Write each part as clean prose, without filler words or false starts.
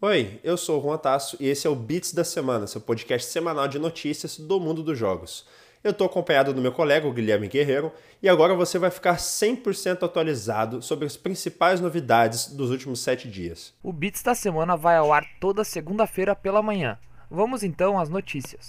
Oi, eu sou o Juan Tasso e esse é o Beats da Semana, seu podcast semanal de notícias do mundo dos jogos. Eu estou acompanhado do meu colega, o Guilherme Guerreiro, e agora você vai ficar 100% atualizado sobre as principais novidades dos últimos 7 dias. O Beats da Semana vai ao ar toda segunda-feira pela manhã. Vamos então às notícias.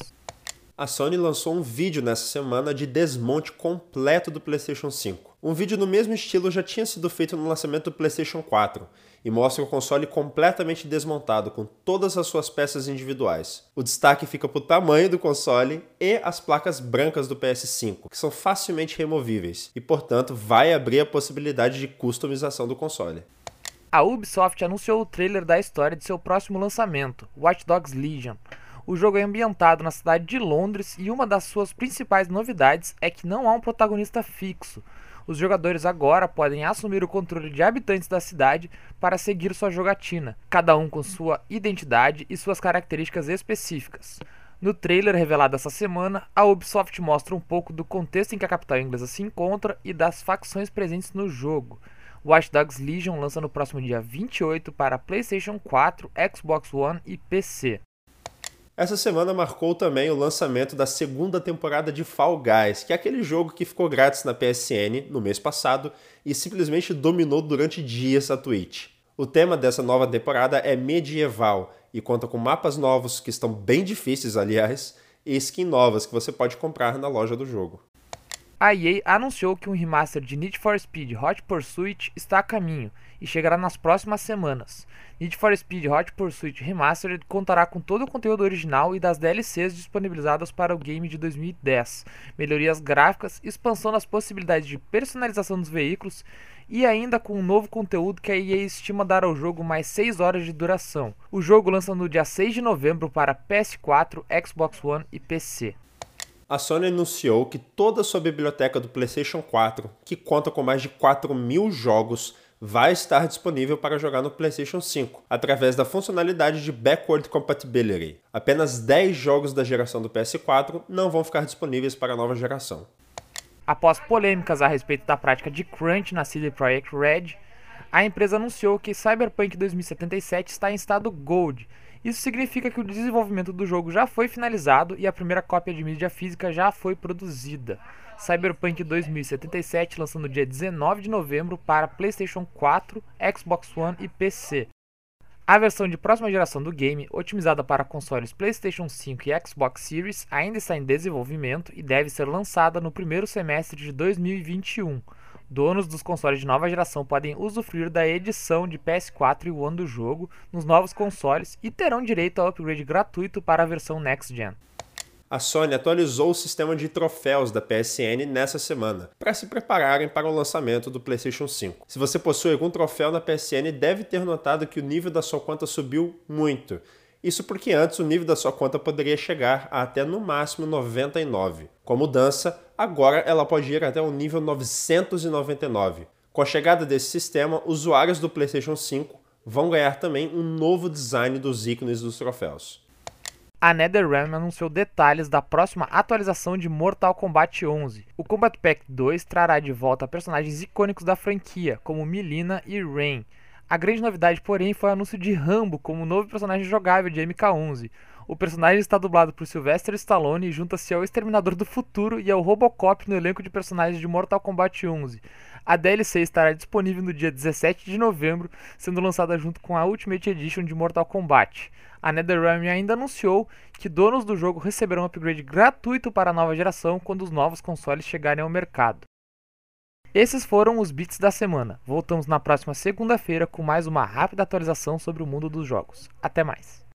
A Sony lançou um vídeo nessa semana de desmonte completo do PlayStation 5. Um vídeo no mesmo estilo já tinha sido feito no lançamento do PlayStation 4 e mostra o console completamente desmontado com todas as suas peças individuais. O destaque fica para o tamanho do console e as placas brancas do PS5, que são facilmente removíveis e, portanto, vai abrir a possibilidade de customização do console. A Ubisoft anunciou o trailer da história de seu próximo lançamento, Watch Dogs Legion. O jogo é ambientado na cidade de Londres e uma das suas principais novidades é que não há um protagonista fixo. Os jogadores agora podem assumir o controle de habitantes da cidade para seguir sua jogatina, cada um com sua identidade e suas características específicas. No trailer revelado essa semana, a Ubisoft mostra um pouco do contexto em que a capital inglesa se encontra e das facções presentes no jogo. Watch Dogs Legion lança no próximo dia 28 para PlayStation 4, Xbox One e PC. Essa semana marcou também o lançamento da segunda temporada de Fall Guys, que é aquele jogo que ficou grátis na PSN no mês passado e simplesmente dominou durante dias a Twitch. O tema dessa nova temporada é medieval e conta com mapas novos, que estão bem difíceis, aliás, e skins novas que você pode comprar na loja do jogo. A EA anunciou que um remaster de Need for Speed Hot Pursuit está a caminho e chegará nas próximas semanas. Need for Speed Hot Pursuit Remastered contará com todo o conteúdo original e das DLCs disponibilizadas para o game de 2010, melhorias gráficas, expansão das possibilidades de personalização dos veículos e ainda com um novo conteúdo que a EA estima dar ao jogo mais 6 horas de duração. O jogo lança no dia 6 de novembro para PS4, Xbox One e PC. A Sony anunciou que toda a sua biblioteca do PlayStation 4, que conta com mais de 4.000 jogos, vai estar disponível para jogar no PlayStation 5, através da funcionalidade de Backward Compatibility. Apenas 10 jogos da geração do PS4 não vão ficar disponíveis para a nova geração. Após polêmicas a respeito da prática de crunch na CD Projekt Red, a empresa anunciou que Cyberpunk 2077 está em estado Gold. Isso significa que o desenvolvimento do jogo já foi finalizado e a primeira cópia de mídia física já foi produzida. Cyberpunk 2077 lança no dia 19 de novembro para PlayStation 4, Xbox One e PC. A versão de próxima geração do game, otimizada para consoles PlayStation 5 e Xbox Series, ainda está em desenvolvimento e deve ser lançada no primeiro semestre de 2021. Donos dos consoles de nova geração podem usufruir da edição de PS4 e One do jogo nos novos consoles e terão direito ao upgrade gratuito para a versão Next Gen. A Sony atualizou o sistema de troféus da PSN nessa semana, para se prepararem para o lançamento do PlayStation 5. Se você possui algum troféu na PSN, deve ter notado que o nível da sua conta subiu muito. Isso porque antes o nível da sua conta poderia chegar a até no máximo 99. Com a mudança, agora ela pode ir até o nível 999. Com a chegada desse sistema, usuários do PlayStation 5 vão ganhar também um novo design dos ícones dos troféus. A NetherRealm anunciou detalhes da próxima atualização de Mortal Kombat 11. O Combat Pack 2 trará de volta personagens icônicos da franquia, como Mileena e Rain. A grande novidade, porém, foi o anúncio de Rambo como novo personagem jogável de MK11. O personagem está dublado por Sylvester Stallone e junta-se ao Exterminador do Futuro e ao Robocop no elenco de personagens de Mortal Kombat 11. A DLC estará disponível no dia 17 de novembro, sendo lançada junto com a Ultimate Edition de Mortal Kombat. A NetherRealm ainda anunciou que donos do jogo receberão um upgrade gratuito para a nova geração quando os novos consoles chegarem ao mercado. Esses foram os Beats da semana. Voltamos na próxima segunda-feira com mais uma rápida atualização sobre o mundo dos jogos. Até mais!